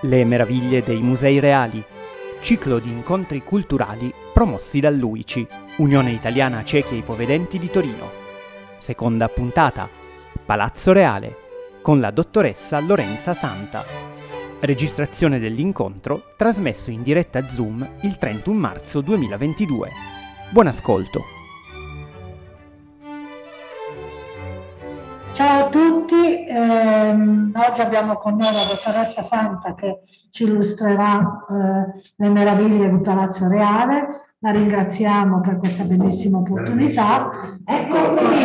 Le meraviglie dei musei reali, ciclo di incontri culturali promossi dall'UICI, Unione Italiana Ciechi e Ipovedenti di Torino. Seconda puntata, Palazzo Reale, con la dottoressa Lorenza Santa. Registrazione dell'incontro trasmesso in diretta Zoom il 31 marzo 2022. Buon ascolto. Ciao a tutti, oggi abbiamo con noi la dottoressa Santa che ci illustrerà le meraviglie di Palazzo Reale. La ringraziamo per questa bellissima opportunità. Ecco qui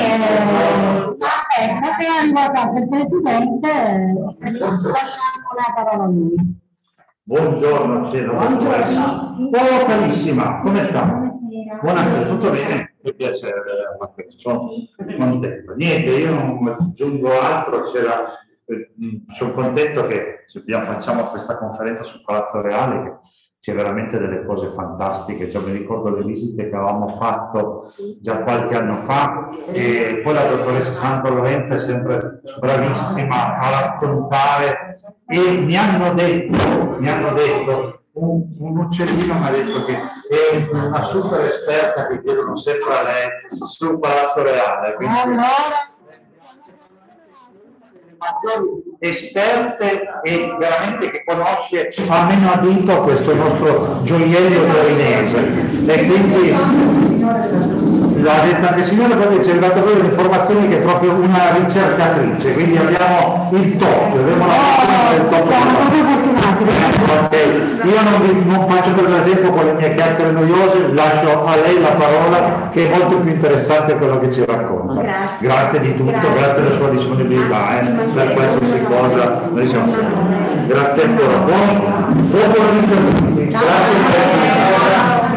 è arrivato il Presidente, lasciamo la parola a lui. Buongiorno, dottoressa. Oh, carissima, come sta? Buonasera, tutto bene? Che piacere vederla qui, sono contento. Niente, io non aggiungo altro, sono contento che facciamo questa conferenza su Palazzo Reale, che c'è veramente delle cose fantastiche. Cioè, mi ricordo le visite che avevamo fatto già qualche anno fa, e poi la dottoressa Santa Lorenza è sempre bravissima a raccontare, e mi hanno detto un uccellino mi ha detto che è una super esperta, che chiedono sempre a lei sul Palazzo Reale, quindi maggiori esperte e veramente che conosce almeno a dito questo nostro gioiello torinese, e quindi l'ha detta che signore, poi ci è arrivata poi l'informazione che è proprio una ricercatrice, quindi abbiamo il top, abbiamo la fortuna del top. Siamo proprio fortunati. Io non faccio perdere tempo con le mie chiacchiere noiose, lascio a lei la parola, che è molto più interessante quello che ci racconta. Grazie di tutto, grazie della sua disponibilità per qualsiasi cosa. Noi siamo sempre. Grazie ancora, buon pomeriggio a tutti. Grazie per essere qua.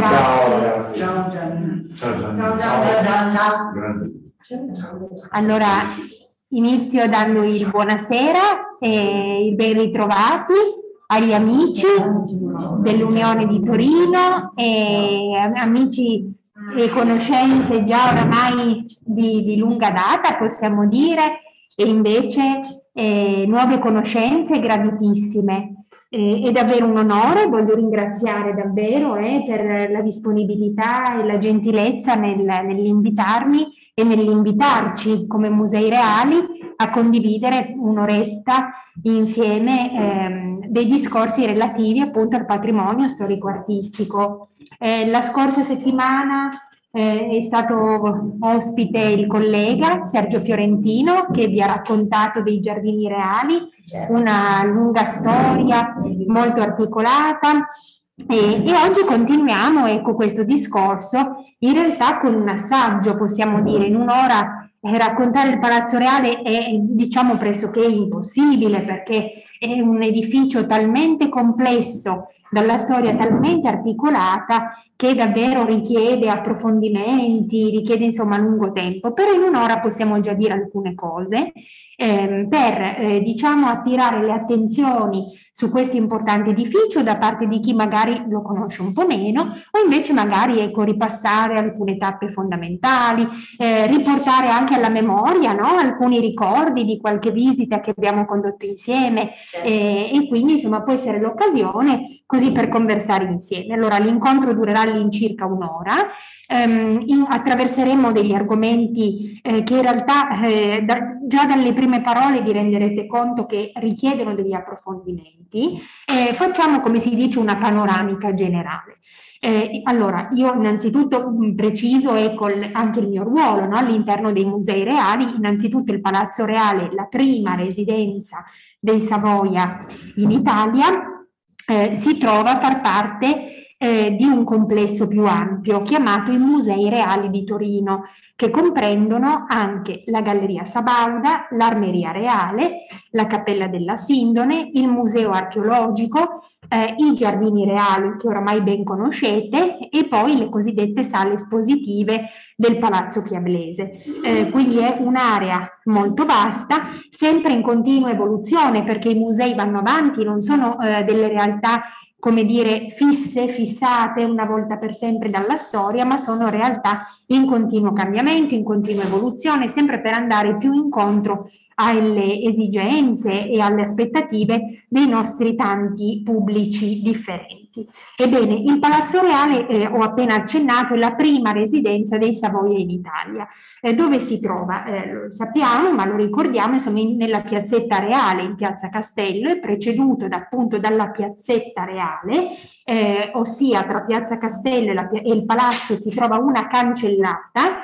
Ciao. Allora, inizio dando il buonasera e il ben ritrovati agli amici dell'Unione di Torino e amici e conoscenze già oramai di lunga data, possiamo dire, e invece nuove conoscenze graditissime. È davvero un onore, voglio ringraziare davvero per la disponibilità e la gentilezza nell'invitarmi e nell'invitarci come Musei Reali a condividere un'oretta insieme dei discorsi relativi appunto al patrimonio storico-artistico. La scorsa settimana è stato ospite il collega Sergio Fiorentino, che vi ha raccontato dei Giardini Reali, una lunga storia molto articolata, e oggi continuiamo questo discorso in realtà con un assaggio, possiamo dire. In un'ora raccontare il Palazzo Reale è diciamo pressoché impossibile, perché è un edificio talmente complesso, dalla storia talmente articolata, che davvero richiede approfondimenti, richiede insomma lungo tempo. Però in un'ora possiamo già dire alcune cose per diciamo attirare le attenzioni su questo importante edificio da parte di chi magari lo conosce un po' meno, o invece magari ripassare alcune tappe fondamentali, riportare anche alla memoria, no? Alcuni ricordi di qualche visita che abbiamo condotto insieme, e quindi insomma può essere l'occasione così per conversare insieme. Allora l'incontro durerà all'incirca un'ora. Attraverseremo degli argomenti che in realtà già dalle prime parole vi renderete conto che richiedono degli approfondimenti. Facciamo, come si dice, una panoramica generale. Allora, io innanzitutto preciso anche il mio ruolo, no? All'interno dei Musei Reali. Innanzitutto il Palazzo Reale, la prima residenza dei Savoia in Italia, si trova a far parte di un complesso più ampio chiamato i Musei Reali di Torino, che comprendono anche la Galleria Sabauda, l'Armeria Reale, la Cappella della Sindone, il Museo Archeologico, i Giardini Reali, che oramai ben conoscete, e poi le cosiddette sale espositive del Palazzo Chiablese. Quindi è un'area molto vasta, sempre in continua evoluzione, perché i musei vanno avanti, non sono delle realtà, come dire, fissate una volta per sempre dalla storia, ma sono realtà in continuo cambiamento, in continua evoluzione, sempre per andare più incontro alle esigenze e alle aspettative dei nostri tanti pubblici differenti. Ebbene, il Palazzo Reale, ho appena accennato, è la prima residenza dei Savoia in Italia. Dove si trova? Lo sappiamo, ma lo ricordiamo, insomma, nella piazzetta Reale, in Piazza Castello, è preceduto appunto dalla piazzetta Reale, ossia tra Piazza Castello e il palazzo si trova una cancellata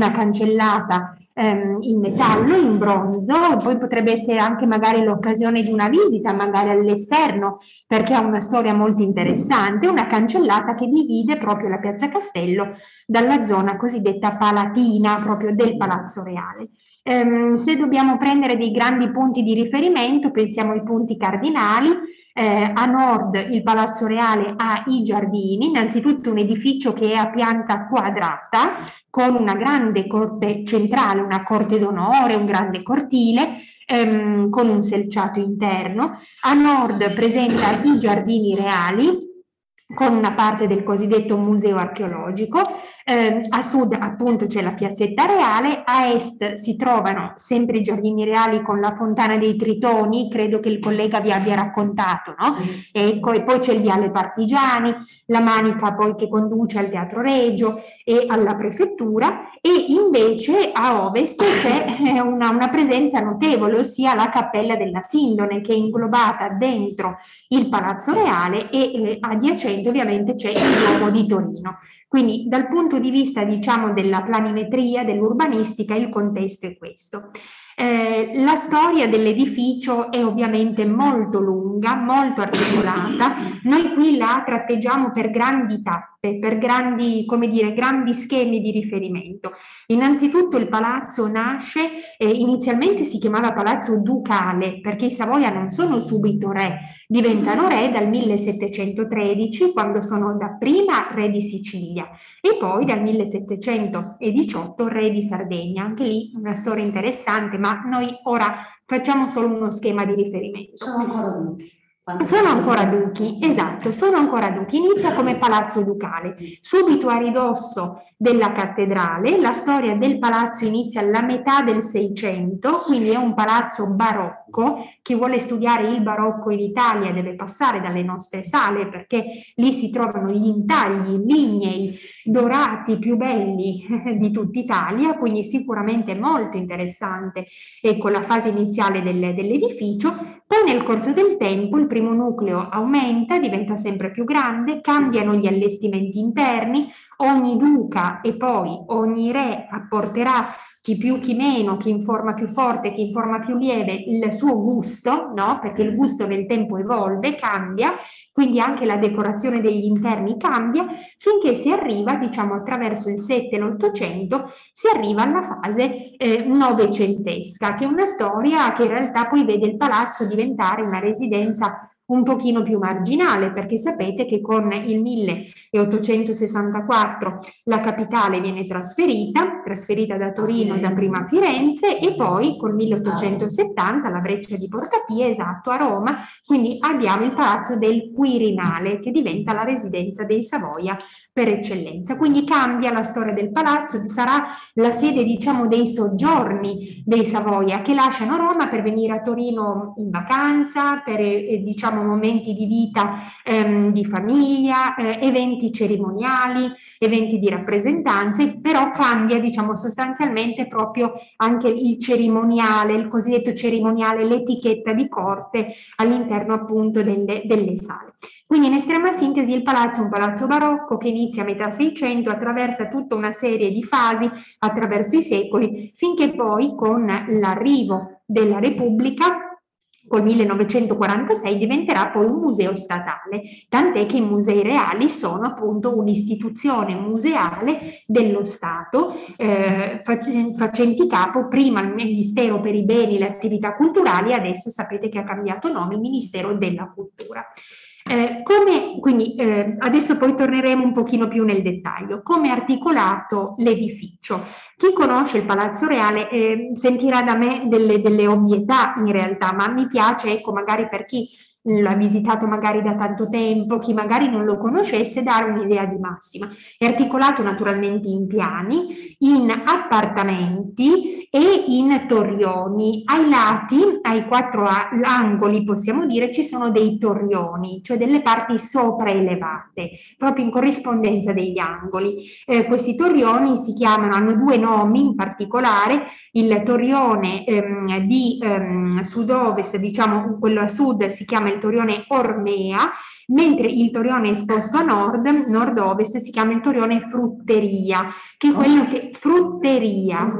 in metallo, in bronzo, poi potrebbe essere anche magari l'occasione di una visita, magari all'esterno, perché ha una storia molto interessante, una cancellata che divide proprio la Piazza Castello dalla zona cosiddetta palatina, proprio del Palazzo Reale. Se dobbiamo prendere dei grandi punti di riferimento, pensiamo ai punti cardinali. A nord il Palazzo Reale ha i giardini, innanzitutto un edificio che è a pianta quadrata con una grande corte centrale, una corte d'onore, un grande cortile con un selciato interno. A nord presenta i giardini reali con una parte del cosiddetto museo archeologico, a sud appunto c'è la piazzetta Reale, a est si trovano sempre i giardini reali con la fontana dei Tritoni, credo che il collega vi abbia raccontato, no? Sì. Ecco, e poi c'è il viale Partigiani, la Manica poi che conduce al Teatro Regio e alla prefettura, e invece a ovest c'è una presenza notevole, ossia la Cappella della Sindone, che è inglobata dentro il Palazzo Reale e adiacente ovviamente c'è il Duomo di Torino. Quindi dal punto di vista, diciamo, della planimetria, dell'urbanistica, il contesto è questo. La storia dell'edificio è ovviamente molto lunga, molto articolata. Noi qui la tratteggiamo per grandi tappe, per grandi, come dire, grandi schemi di riferimento. Innanzitutto il palazzo nasce, inizialmente si chiamava Palazzo Ducale, perché i Savoia non sono subito re, diventano re dal 1713, quando sono dapprima re di Sicilia, e poi dal 1718 re di Sardegna. Anche lì una storia interessante, ma noi ora facciamo solo uno schema di riferimento. Sono ancora duchi, esatto, sono ancora duchi. Inizia come palazzo ducale, subito a ridosso della cattedrale. La storia del palazzo inizia alla metà del Seicento, quindi è un palazzo barocco. Chi vuole studiare il barocco in Italia deve passare dalle nostre sale, perché lì si trovano gli intagli lignei dorati più belli di tutta Italia, quindi sicuramente molto interessante, ecco, la fase iniziale dell'edificio. Poi nel corso del tempo il primo nucleo aumenta, diventa sempre più grande, cambiano gli allestimenti interni, ogni duca e poi ogni re apporterà, chi più chi meno, chi in forma più forte, chi in forma più lieve, il suo gusto, no? Perché il gusto nel tempo evolve, cambia, quindi anche la decorazione degli interni cambia, finché si arriva, diciamo, attraverso il 7 e l'800, si arriva alla fase novecentesca, che è una storia che in realtà poi vede il palazzo diventare una residenza un pochino più marginale, perché sapete che con il 1864 la capitale viene trasferita da Torino, dapprima a Firenze, e poi col 1870 la Breccia di Portapia, esatto, a Roma. Quindi abbiamo il Palazzo del Quirinale, che diventa la residenza dei Savoia per eccellenza. Quindi cambia la storia del palazzo, sarà la sede, diciamo, dei soggiorni dei Savoia, che lasciano Roma per venire a Torino in vacanza, per diciamo momenti di vita di famiglia, eventi cerimoniali, eventi di rappresentanze, però cambia, diciamo, sostanzialmente proprio anche il cerimoniale, il cosiddetto cerimoniale, l'etichetta di corte all'interno appunto delle sale. Quindi in estrema sintesi il palazzo è un palazzo barocco che inizia a metà Seicento, attraversa tutta una serie di fasi attraverso i secoli, finché poi con l'arrivo della Repubblica col 1946 diventerà poi un museo statale, tant'è che i musei reali sono appunto un'istituzione museale dello Stato, facenti capo prima al Ministero per i beni e le attività culturali, adesso sapete che ha cambiato nome, il Ministero della Cultura. Adesso poi torneremo un pochino più nel dettaglio. Come è articolato l'edificio? Chi conosce il Palazzo Reale sentirà da me delle ovvietà in realtà, ma mi piace, ecco, magari per chi l'ha visitato magari da tanto tempo, chi magari non lo conoscesse, dare un'idea di massima. È articolato naturalmente in piani, in appartamenti e in torrioni. Ai lati, ai 4 angoli, possiamo dire, ci sono dei torrioni, cioè delle parti sopraelevate, proprio in corrispondenza degli angoli. Questi torrioni hanno 2 nomi in particolare: il torrione di sud-ovest, diciamo quello a sud, si chiama il torrione Ormea, mentre il torrione esposto a nord-ovest, si chiama il torrione Frutteria, che è quello che frutteria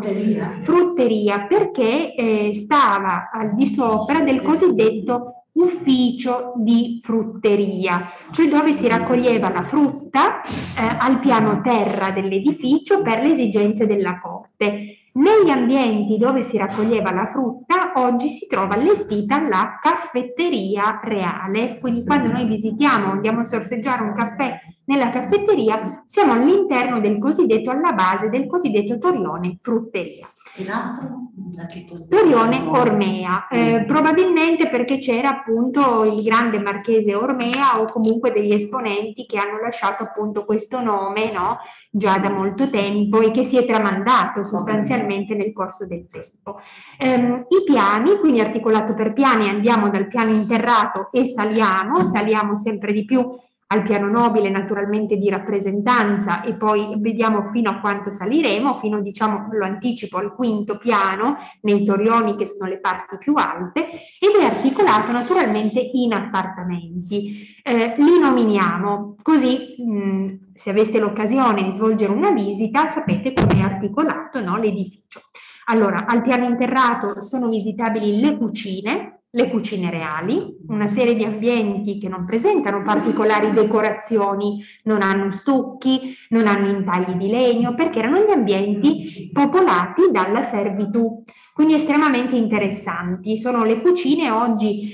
perché stava al di sopra del cosiddetto ufficio di frutteria, cioè dove si raccoglieva la frutta al piano terra dell'edificio per le esigenze della corte. Negli ambienti dove si raccoglieva la frutta oggi si trova allestita la caffetteria reale, quindi quando noi visitiamo, andiamo a sorseggiare un caffè nella caffetteria, siamo all'interno del cosiddetto, alla base del cosiddetto torrione frutteria. E l'altro? Torrione Ormea, probabilmente perché c'era appunto il grande marchese Ormea o comunque degli esponenti che hanno lasciato appunto questo nome, no? Già da molto tempo, e che si è tramandato sostanzialmente nel corso del tempo. I piani, quindi articolato per piani, andiamo dal piano interrato e saliamo sempre di più al piano nobile, naturalmente di rappresentanza, e poi vediamo fino a quanto saliremo, fino, diciamo, lo anticipo, al 5° piano, nei torrioni che sono le parti più alte, ed è articolato naturalmente in appartamenti. Li nominiamo, così se aveste l'occasione di svolgere una visita sapete come è articolato, no, l'edificio. Allora, al piano interrato sono visitabili le cucine reali, una serie di ambienti che non presentano particolari decorazioni, non hanno stucchi, non hanno intagli di legno, perché erano gli ambienti popolati dalla servitù, quindi estremamente interessanti. Sono le cucine oggi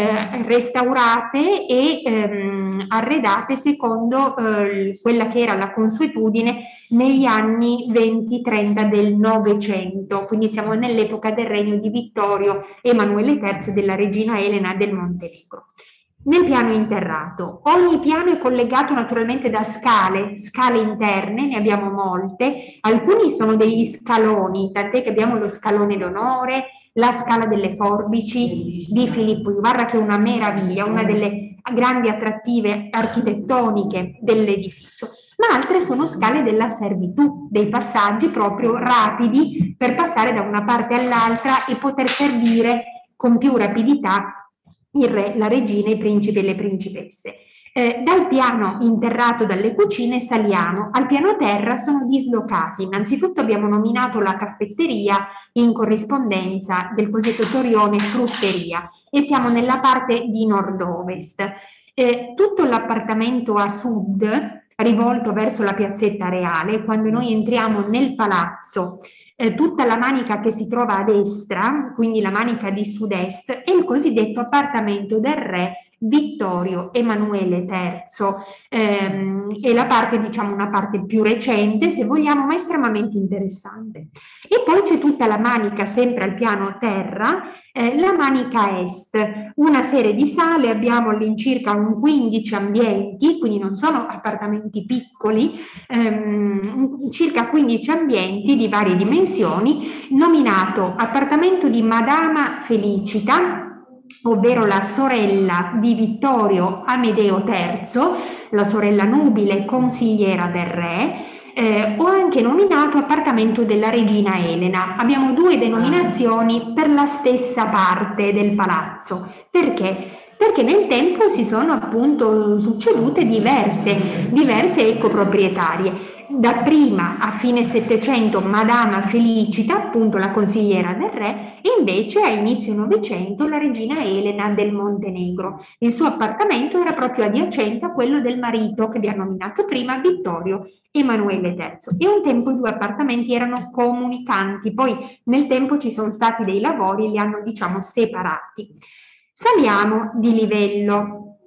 restaurate e arredate secondo quella che era la consuetudine negli anni 20-30 del Novecento, quindi siamo nell'epoca del regno di Vittorio Emanuele III, della regina Elena del Montenegro. Nel piano interrato, ogni piano è collegato naturalmente da scale interne, ne abbiamo molte, alcuni sono degli scaloni, tant'è che abbiamo lo scalone d'onore, la scala delle forbici di Filippo Ibarra, che è una meraviglia, una delle grandi attrattive architettoniche dell'edificio, ma altre sono scale della servitù, dei passaggi proprio rapidi per passare da una parte all'altra e poter servire con più rapidità il re, la regina, i principi e le principesse. Dal piano interrato dalle cucine saliamo, al piano terra sono dislocati. Innanzitutto abbiamo nominato la caffetteria in corrispondenza del cosiddetto torrione frutteria e siamo nella parte di nord-ovest. Tutto l'appartamento a sud, rivolto verso la piazzetta reale, quando noi entriamo nel palazzo, tutta la manica che si trova a destra, quindi la manica di sud-est, è il cosiddetto appartamento del re Vittorio Emanuele III, è la parte, diciamo, una parte più recente, se vogliamo, ma estremamente interessante. E poi c'è tutta la manica, sempre al piano terra, la manica est, una serie di sale, abbiamo all'incirca un 15 ambienti, quindi non sono appartamenti piccoli, circa 15 ambienti di varie dimensioni, nominato appartamento di Madama Felicita, ovvero la sorella di Vittorio Amedeo III, la sorella nubile consigliera del re, ho anche nominato appartamento della regina Elena. Abbiamo 2 denominazioni per la stessa parte del palazzo. Perché? Perché nel tempo si sono appunto succedute diverse ecoproprietarie. Dapprima, a fine Settecento, Madama Felicita, appunto la consigliera del re, e invece a inizio Novecento la regina Elena del Montenegro. Il suo appartamento era proprio adiacente a quello del marito che vi ha nominato prima, Vittorio Emanuele III. E un tempo i 2 appartamenti erano comunicanti, poi nel tempo ci sono stati dei lavori e li hanno, diciamo, separati. Saliamo di livello.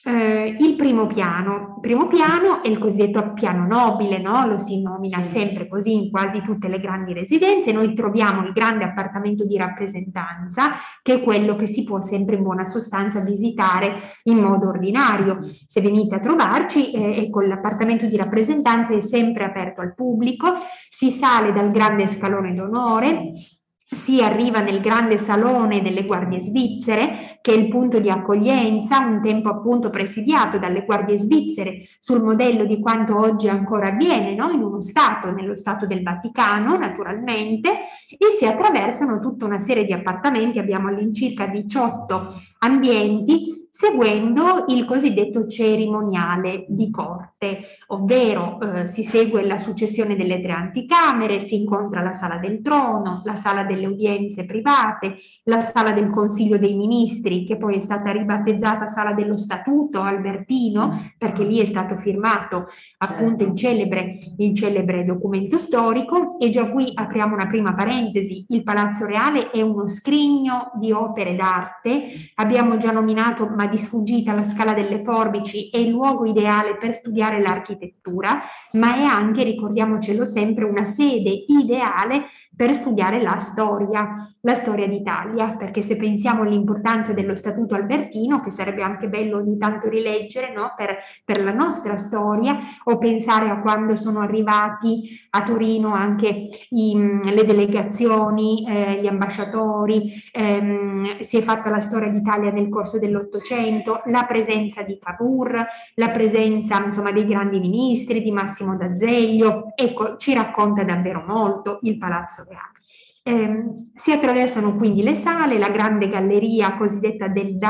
Il primo piano. Il primo piano è il cosiddetto piano nobile, no? Lo si nomina sempre così in quasi tutte le grandi residenze. Noi troviamo il grande appartamento di rappresentanza, che è quello che si può sempre in buona sostanza visitare in modo ordinario. Se venite a trovarci, ecco, l'appartamento di rappresentanza è sempre aperto al pubblico, si sale dal grande scalone d'onore, si arriva nel grande salone delle guardie svizzere, che è il punto di accoglienza, un tempo appunto presidiato dalle guardie svizzere sul modello di quanto oggi ancora avviene, no? In uno Stato, nello Stato del Vaticano naturalmente, e si attraversano tutta una serie di appartamenti, abbiamo all'incirca 18 ambienti, seguendo il cosiddetto cerimoniale di corte, ovvero si segue la successione delle 3 anticamere, si incontra la sala del trono, la sala delle udienze private, la sala del Consiglio dei Ministri, che poi è stata ribattezzata sala dello Statuto Albertino, perché lì è stato firmato appunto il celebre documento storico. E già qui apriamo una prima parentesi: il Palazzo Reale è uno scrigno di opere d'arte. Abbiamo già nominato, ma di sfuggita, la Scala delle Forbici, è il luogo ideale per studiare l'architettura, ma è anche, ricordiamocelo sempre, una sede ideale per studiare la storia d'Italia, perché se pensiamo all'importanza dello Statuto Albertino, che sarebbe anche bello ogni tanto rileggere, no? per la nostra storia, o pensare a quando sono arrivati a Torino anche le delegazioni, gli ambasciatori, si è fatta la storia d'Italia nel corso dell'Ottocento, la presenza di Cavour, la presenza insomma dei grandi ministri, di Massimo d'Azeglio, ecco, ci racconta davvero molto il Palazzo Reale. Si attraversano quindi le sale, la grande galleria cosiddetta del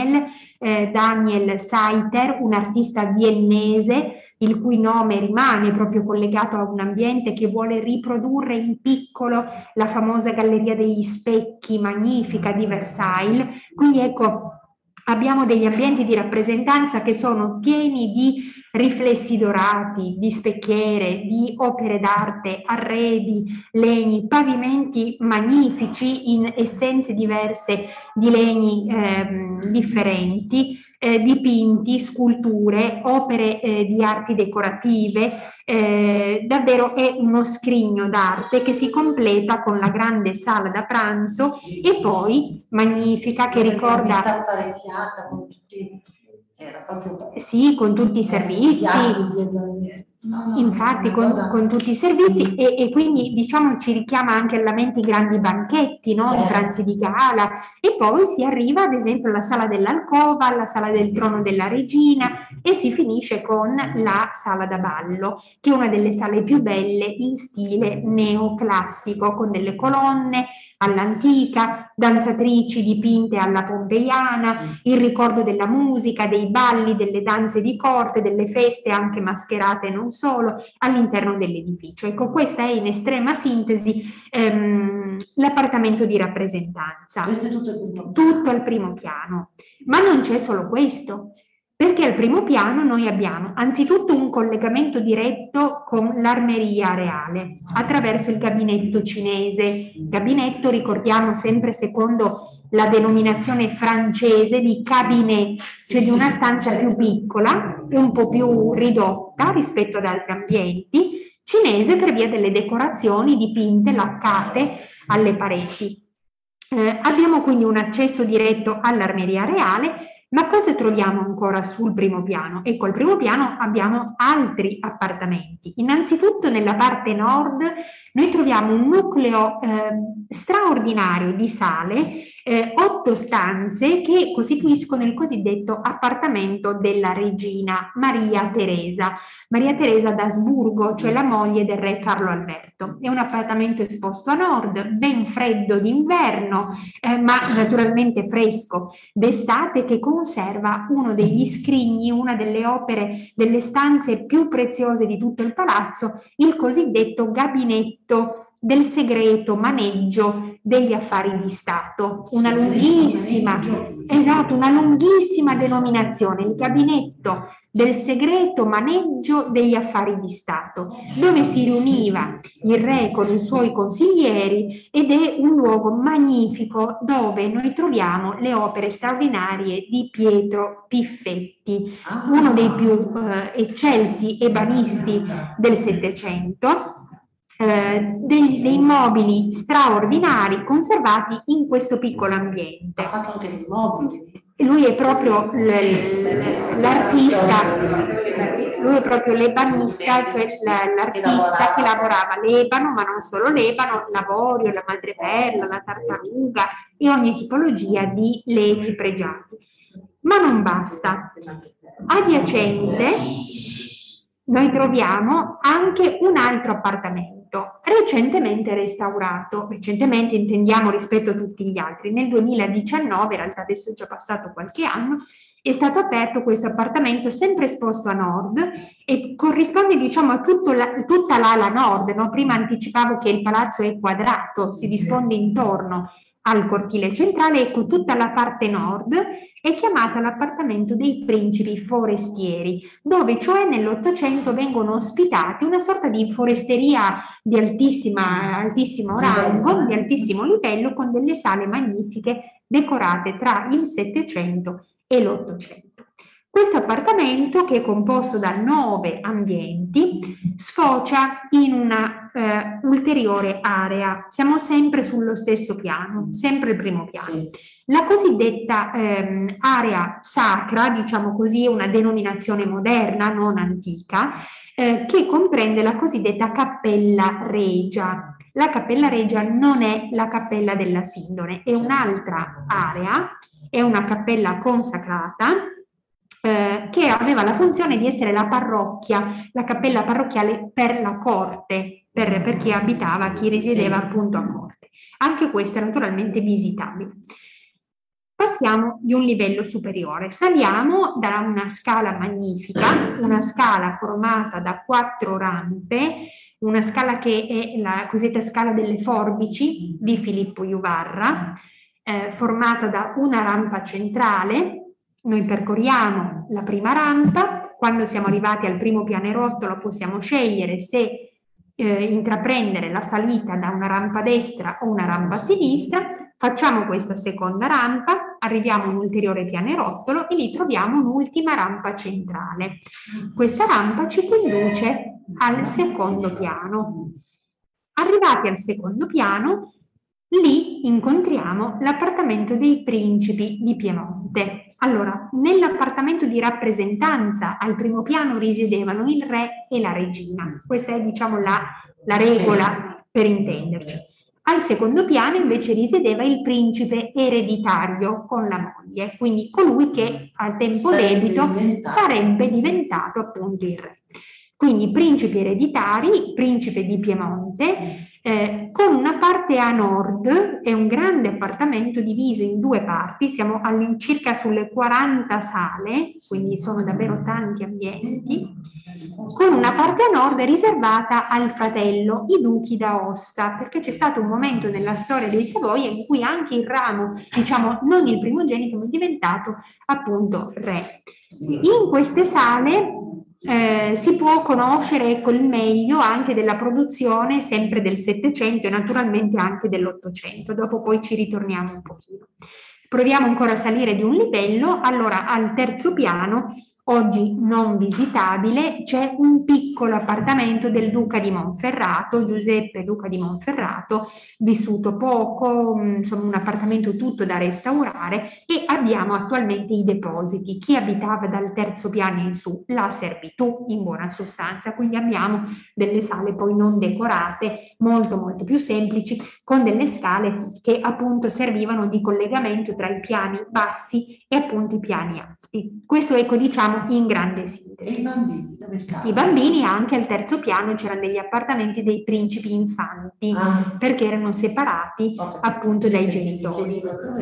Daniel Saiter, un artista viennese il cui nome rimane proprio collegato a un ambiente che vuole riprodurre in piccolo la famosa Galleria degli Specchi, magnifica, di Versailles. Quindi ecco, abbiamo degli ambienti di rappresentanza che sono pieni di riflessi dorati, di specchiere, di opere d'arte, arredi, legni, pavimenti magnifici in essenze diverse di legni differenti, dipinti, sculture, opere di arti decorative. Davvero è uno scrigno d'arte che si completa con la grande sala da pranzo e poi magnifica, che ricorda... Con tutti, era proprio sì, con tutti i servizi, infatti con tutti i servizi e quindi diciamo ci richiama anche alla mente i grandi banchetti, no? I pranzi di gala, e poi si arriva ad esempio alla sala dell'alcova, alla sala del trono della regina e si finisce con la sala da ballo, che è una delle sale più belle in stile neoclassico, con delle colonne all'antica, danzatrici dipinte alla pompeiana, il ricordo della musica, dei balli, delle danze di corte, delle feste anche mascherate e non solo all'interno dell'edificio. Ecco, questa è in estrema sintesi l'appartamento di rappresentanza. Questo è tutto al primo piano. Ma non c'è solo questo, perché al primo piano noi abbiamo anzitutto un collegamento diretto con l'Armeria Reale attraverso il gabinetto cinese. Gabinetto, ricordiamo, sempre secondo la denominazione francese di cabinet, cioè di una stanza più piccola, un po' più ridotta rispetto ad altri ambienti, cinese per via delle decorazioni dipinte, laccate alle pareti. Abbiamo quindi un accesso diretto all'Armeria Reale. Ma cosa troviamo ancora sul primo piano? Ecco, al primo piano abbiamo altri appartamenti. Innanzitutto nella parte nord noi troviamo un nucleo straordinario di sale, 8 stanze che costituiscono il cosiddetto appartamento della regina Maria Teresa d'Asburgo, cioè la moglie del re Carlo Alberto. È un appartamento esposto a nord, ben freddo d'inverno, ma naturalmente fresco d'estate, che conserva uno degli scrigni, una delle opere, delle stanze più preziose di tutto il palazzo, il cosiddetto gabinetto del segreto maneggio degli affari di Stato. Una lunghissima denominazione, il gabinetto del segreto maneggio degli affari di Stato, dove si riuniva il re con i suoi consiglieri, ed è un luogo magnifico dove noi troviamo le opere straordinarie di Pietro Piffetti, uno dei più eccelsi ebanisti del Settecento. Dei mobili straordinari conservati in questo piccolo ambiente. Ha fatto anche dei mobili. Lui è proprio l'artista, lui è proprio l'ebanista, cioè l'artista che lavorava l'ebano, ma non solo l'ebano, l'avorio, la madreperla, la tartaruga e ogni tipologia di legni pregiati. Ma non basta. Adiacente noi troviamo anche un altro appartamento recentemente restaurato, recentemente intendiamo rispetto a tutti gli altri. Nel 2019, in realtà adesso è già passato qualche anno, è stato aperto questo appartamento sempre esposto a nord e corrisponde diciamo a tutta l'ala nord, no? Prima anticipavo che il palazzo è quadrato, si dispone intorno al cortile centrale, ecco tutta la parte nord è chiamata l'appartamento dei principi forestieri, dove cioè nell'Ottocento vengono ospitati una sorta di foresteria di altissimo rango, di altissimo livello, con delle sale magnifiche decorate tra il Settecento e l'Ottocento. Questo appartamento, che è composto da 9 ambienti, sfocia in una ulteriore area. Siamo sempre sullo stesso piano, sempre il primo piano. Sì. La cosiddetta area sacra, diciamo così, è una denominazione moderna, non antica, che comprende la cosiddetta cappella regia. La cappella regia non è la cappella della Sindone, è un'altra area, è una cappella consacrata, che aveva la funzione di essere la parrocchia, la cappella parrocchiale per la corte, per chi abitava, chi risiedeva appunto a corte. Anche questa è naturalmente visitabile. Passiamo di un livello superiore, saliamo da una scala magnifica, una scala formata da 4 rampe, una scala che è la cosiddetta scala delle forbici di Filippo Juvarra, formata da una rampa centrale. Noi percorriamo la prima rampa, quando siamo arrivati al primo pianerottolo possiamo scegliere se intraprendere la salita da una rampa destra o una rampa sinistra, facciamo questa seconda rampa, arriviamo a un ulteriore pianerottolo e lì troviamo un'ultima rampa centrale. Questa rampa ci conduce al secondo piano. Arrivati al secondo piano, lì incontriamo l'appartamento dei principi di Piemonte. Allora, nell'appartamento di rappresentanza al primo piano risiedevano il re e la regina. Questa è, diciamo, la regola per intenderci. Al secondo piano invece risiedeva il principe ereditario con la moglie, quindi colui che al tempo debito sarebbe diventato appunto il re. Quindi principi ereditari, principe di Piemonte, con una parte a nord, è un grande appartamento diviso in 2 parti, siamo all'incirca sulle 40 sale, quindi sono davvero tanti ambienti, con una parte a nord riservata al fratello, i duchi d'Aosta, perché c'è stato un momento nella storia dei Savoia in cui anche il ramo, diciamo non il primogenito, ma è diventato appunto re. In queste sale si può conoscere ecco, il meglio anche della produzione sempre del Settecento e naturalmente anche dell'Ottocento. Dopo poi ci ritorniamo un pochino. Proviamo ancora a salire di un livello. Allora, al terzo piano, oggi non visitabile, c'è un piccolo appartamento del Duca di Monferrato, Giuseppe Duca di Monferrato, vissuto poco, insomma un appartamento tutto da restaurare, e abbiamo attualmente i depositi. Chi abitava dal terzo piano in su? La servitù, in buona sostanza, quindi abbiamo delle sale poi non decorate, molto molto più semplici, con delle scale che appunto servivano di collegamento tra i piani bassi e appunto i piani alti. Questo ecco diciamo in grande sintesi. E i bambini dove stavano? I bambini anche al terzo piano c'erano degli appartamenti dei principi infanti, perché erano separati appunto dai genitori.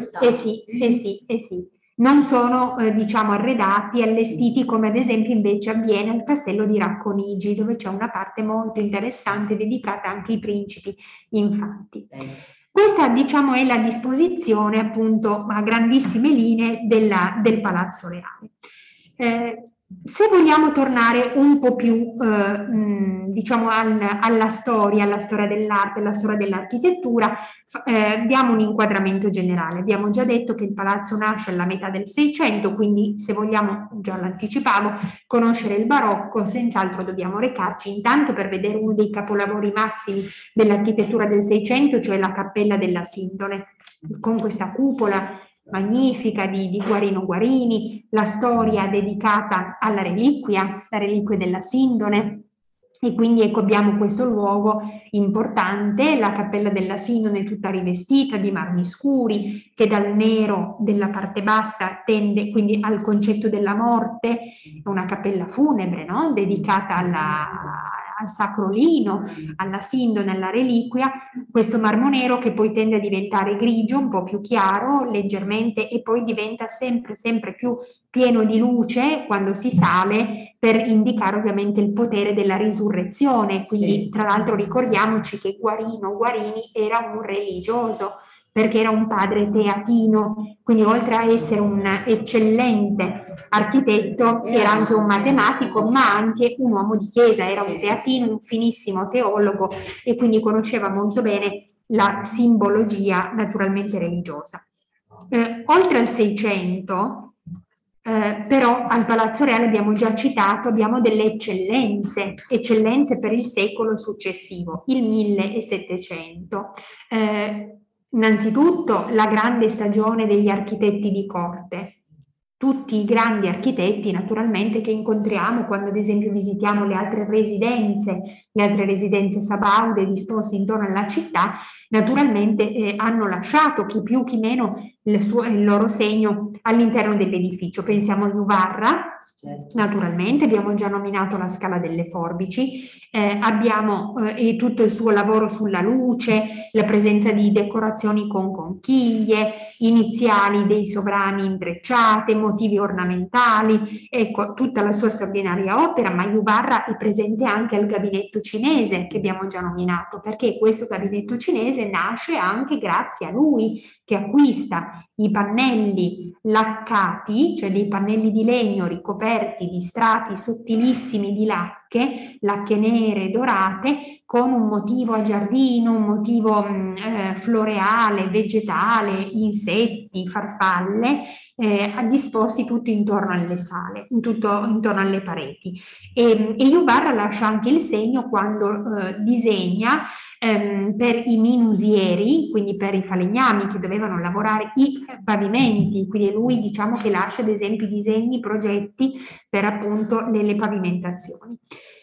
Sì. Non sono diciamo arredati, allestiti come ad esempio invece avviene al castello di Racconigi, dove c'è una parte molto interessante dedicata anche ai principi infanti. Questa diciamo è la disposizione appunto a grandissime linee del Palazzo Reale. Se vogliamo tornare un po' più, diciamo, alla storia dell'arte, alla storia dell'architettura, diamo un inquadramento generale. Abbiamo già detto che il palazzo nasce alla metà del Seicento, quindi se vogliamo, già l'anticipavo, conoscere il barocco, senz'altro dobbiamo recarci intanto per vedere uno dei capolavori massimi dell'architettura del Seicento, cioè la Cappella della Sindone, con questa cupola magnifica di Guarino Guarini, la storia dedicata alla reliquia, la reliquia della Sindone. E quindi ecco, abbiamo questo luogo importante, la Cappella della Sindone tutta rivestita di marmi scuri, che dal nero della parte bassa tende quindi al concetto della morte, una cappella funebre, no? Dedicata al Sacro Lino, alla Sindone, alla reliquia, questo marmo nero che poi tende a diventare grigio, un po' più chiaro, leggermente, e poi diventa sempre più pieno di luce quando si sale, per indicare ovviamente il potere della risurrezione. Quindi tra l'altro ricordiamoci che Guarini era un religioso, perché era un padre teatino, quindi oltre a essere un eccellente architetto era anche un matematico, ma anche un uomo di chiesa, era un teatino, un finissimo teologo, e quindi conosceva molto bene la simbologia naturalmente religiosa. Oltre al 600, però al Palazzo Reale abbiamo già citato, abbiamo delle eccellenze per il secolo successivo, il 1700. Innanzitutto la grande stagione degli architetti di corte, tutti i grandi architetti naturalmente che incontriamo quando ad esempio visitiamo le altre residenze sabaude disposte intorno alla città, naturalmente hanno lasciato chi più chi meno il loro segno all'interno dell'edificio. Pensiamo a Juvarra. Naturalmente abbiamo già nominato la Scala delle Forbici, abbiamo tutto il suo lavoro sulla luce, la presenza di decorazioni con conchiglie, iniziali dei sovrani intrecciate, motivi ornamentali, ecco tutta la sua straordinaria opera. Ma Juvarra è presente anche al gabinetto cinese che abbiamo già nominato, perché questo gabinetto cinese nasce anche grazie a lui, che acquista i pannelli laccati, cioè dei pannelli di legno ricoperti di strati sottilissimi di lacche nere dorate, con un motivo a giardino, un motivo floreale, vegetale, insetti, farfalle, disposti tutti intorno alle sale, tutto intorno alle pareti. E Juvarra lascia anche il segno quando disegna per i minusieri, quindi per i falegnami che dovevano lavorare i pavimenti, quindi lui diciamo che lascia ad esempio disegni, progetti per appunto le pavimentazioni.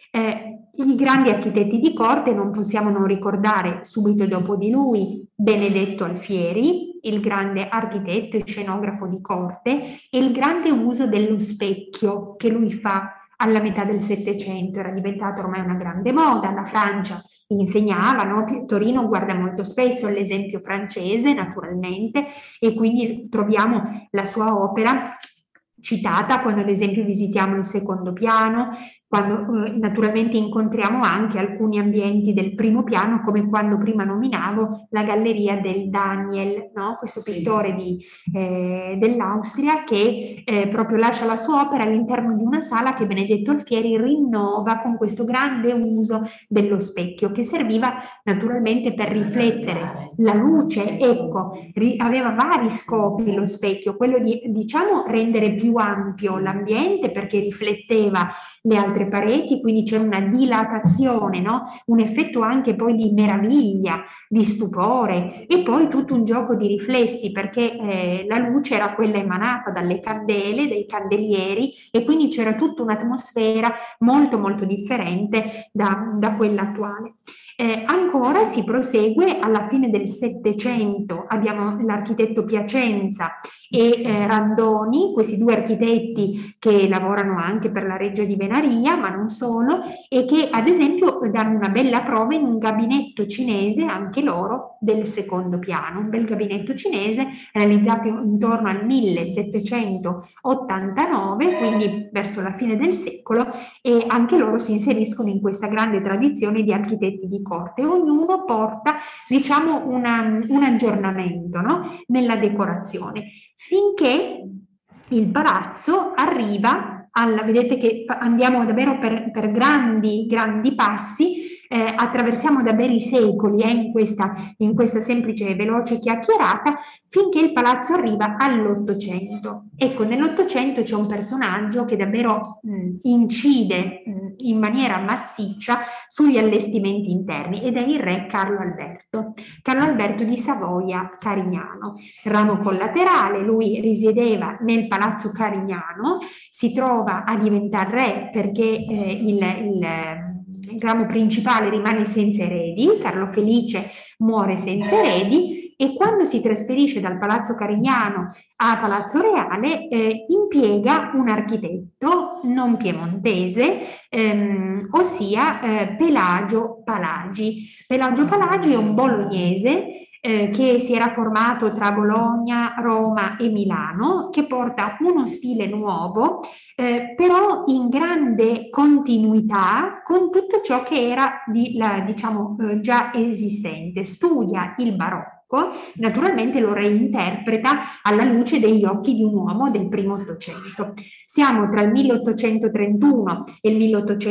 I grandi architetti di corte non possiamo non ricordare subito dopo di lui Benedetto Alfieri, il grande architetto e scenografo di corte, e il grande uso dello specchio che lui fa alla metà del Settecento. Era diventata ormai una grande moda, la Francia insegnava, no? Torino guarda molto spesso l'esempio francese naturalmente, e quindi troviamo la sua opera citata quando ad esempio visitiamo il secondo piano, quando naturalmente incontriamo anche alcuni ambienti del primo piano, come quando prima nominavo la galleria del Daniel, no? Questo pittore dell'Austria che proprio lascia la sua opera all'interno di una sala che Benedetto Alfieri rinnova con questo grande uso dello specchio, che serviva naturalmente per riflettere la luce. Ecco, aveva vari scopi lo specchio, quello di, diciamo, rendere più ampio l'ambiente perché rifletteva le altre pareti, quindi c'è una dilatazione, no? Un effetto anche poi di meraviglia, di stupore, e poi tutto un gioco di riflessi, perché la luce era quella emanata dalle candele, dai candelieri, e quindi c'era tutta un'atmosfera molto molto differente da quella attuale. Ancora si prosegue alla fine del Settecento, abbiamo l'architetto Piacenza e Randoni, questi due architetti che lavorano anche per la Reggia di Venaria, ma non solo, e che ad esempio danno una bella prova in un gabinetto cinese, anche loro, del secondo piano, un bel gabinetto cinese realizzato intorno al 1789, quindi verso la fine del secolo, e anche loro si inseriscono in questa grande tradizione di architetti di corte. Ognuno porta, diciamo, un aggiornamento, no? Nella decorazione, finché il palazzo arriva vedete che andiamo davvero per grandi passi, attraversiamo davvero i secoli in questa semplice e veloce chiacchierata, finché il palazzo arriva all'Ottocento. Ecco, nell'Ottocento c'è un personaggio che davvero incide in maniera massiccia sugli allestimenti interni, ed è il re Carlo Alberto di Savoia-Carignano, ramo collaterale. Lui risiedeva nel palazzo Carignano, si trova a diventare re perché il ramo principale rimane senza eredi, Carlo Felice muore senza eredi, e quando si trasferisce dal Palazzo Carignano a Palazzo Reale impiega un architetto non piemontese, ossia Pelagio Palagi. Pelagio Palagi è un bolognese che si era formato tra Bologna, Roma e Milano, che porta uno stile nuovo, però in grande continuità con tutto ciò che era già esistente. Studia il barocco, naturalmente lo reinterpreta alla luce degli occhi di un uomo del primo Ottocento. Siamo tra il 1831 e il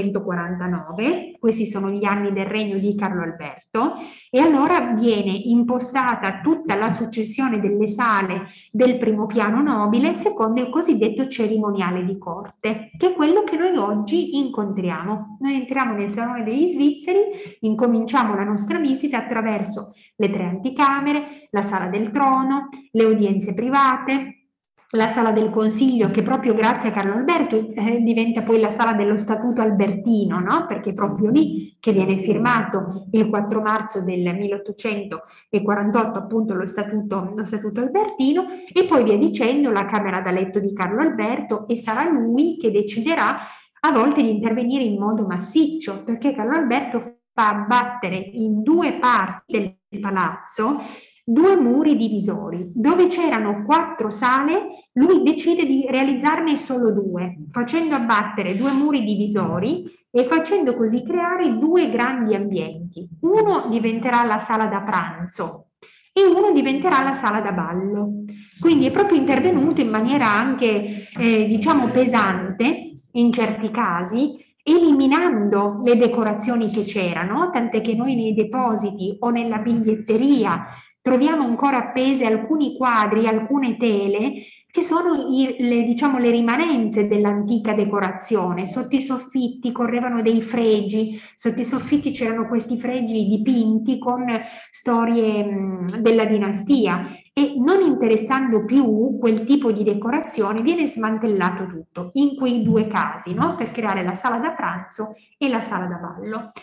1849, questi sono gli anni del regno di Carlo Alberto, e allora viene impostata tutta la successione delle sale del primo piano nobile secondo il cosiddetto cerimoniale di corte, che è quello che noi oggi incontriamo. Noi entriamo nel Salone degli Svizzeri, incominciamo la nostra visita attraverso le 3 anticamere, la sala del trono, le udienze private, la sala del consiglio, che proprio grazie a Carlo Alberto diventa poi la sala dello statuto albertino, no? Perché è proprio lì che viene firmato il 4 marzo del 1848 appunto lo statuto albertino, e poi via dicendo la camera da letto di Carlo Alberto, e sarà lui che deciderà a volte di intervenire in modo massiccio, perché Carlo Alberto fa abbattere in 2 parti del palazzo 2 muri divisori. Dove c'erano 4 sale, lui decide di realizzarne solo 2, facendo abbattere 2 muri divisori e facendo così creare 2 grandi ambienti. Uno diventerà la sala da pranzo e uno diventerà la sala da ballo. Quindi è proprio intervenuto in maniera anche, pesante in certi casi, eliminando le decorazioni che c'erano, tant'è che noi nei depositi o nella biglietteria troviamo ancora appese alcuni quadri, alcune tele, che sono le rimanenze dell'antica decorazione. Sotto i soffitti correvano dei fregi, sotto i soffitti c'erano questi fregi dipinti con storie della dinastia, e non interessando più quel tipo di decorazione viene smantellato tutto in quei 2 casi, no? Per creare la sala da pranzo e la sala da ballo.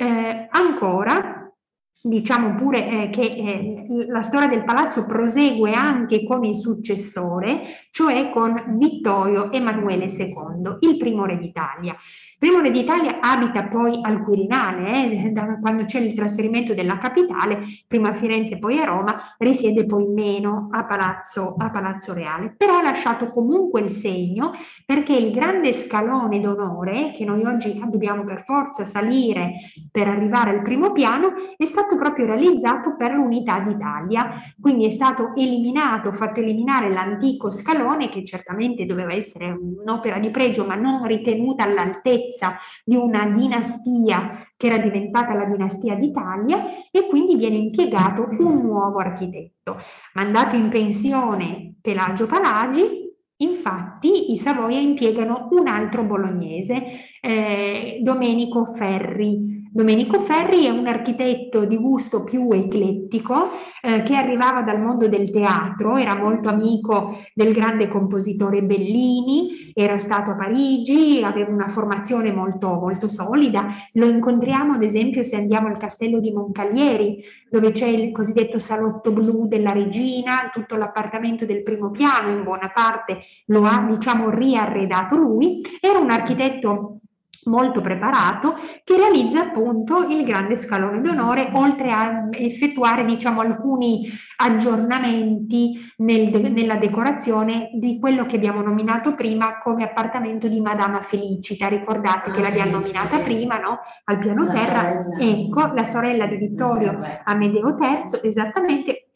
Ancora diciamo pure che la storia del palazzo prosegue anche con il successore, cioè con Vittorio Emanuele II, il primo re d'Italia. Il primo re d'Italia abita poi al Quirinale, quando c'è il trasferimento della capitale, prima a Firenze e poi a Roma, risiede poi meno a Palazzo Reale, però ha lasciato comunque il segno, perché il grande scalone d'onore, che noi oggi dobbiamo per forza salire per arrivare al primo piano, è stato proprio realizzato per l'unità d'Italia, quindi è stato fatto eliminare l'antico scalone, che certamente doveva essere un'opera di pregio, ma non ritenuta all'altezza di una dinastia che era diventata la dinastia d'Italia, e quindi viene impiegato un nuovo architetto. Mandato in pensione Pelagio Palagi, infatti i Savoia impiegano un altro bolognese, Domenico Ferri. Domenico Ferri è un architetto di gusto più eclettico, che arrivava dal mondo del teatro, era molto amico del grande compositore Bellini, era stato a Parigi, aveva una formazione molto, molto solida. Lo incontriamo ad esempio se andiamo al castello di Moncalieri, dove c'è il cosiddetto salotto blu della regina, tutto l'appartamento del primo piano in buona parte lo ha riarredato lui. Era un architetto molto preparato, che realizza appunto il grande scalone d'onore, oltre a effettuare alcuni aggiornamenti nella decorazione di quello che abbiamo nominato prima come appartamento di Madama Felicita. Ricordate che l'abbiamo nominata prima, no? Al piano terra, ecco, la sorella di Vittorio Amedeo III, esattamente,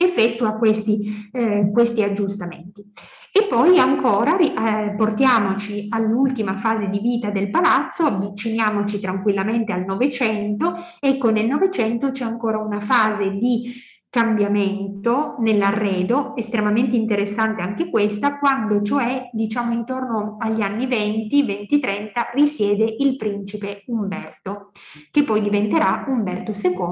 effettua questi aggiustamenti. E poi ancora portiamoci all'ultima fase di vita del palazzo, avviciniamoci tranquillamente al Novecento. Ecco, nel Novecento c'è ancora una fase di cambiamento nell'arredo, estremamente interessante anche questa, quando cioè diciamo intorno agli anni 20-30 risiede il principe Umberto, che poi diventerà Umberto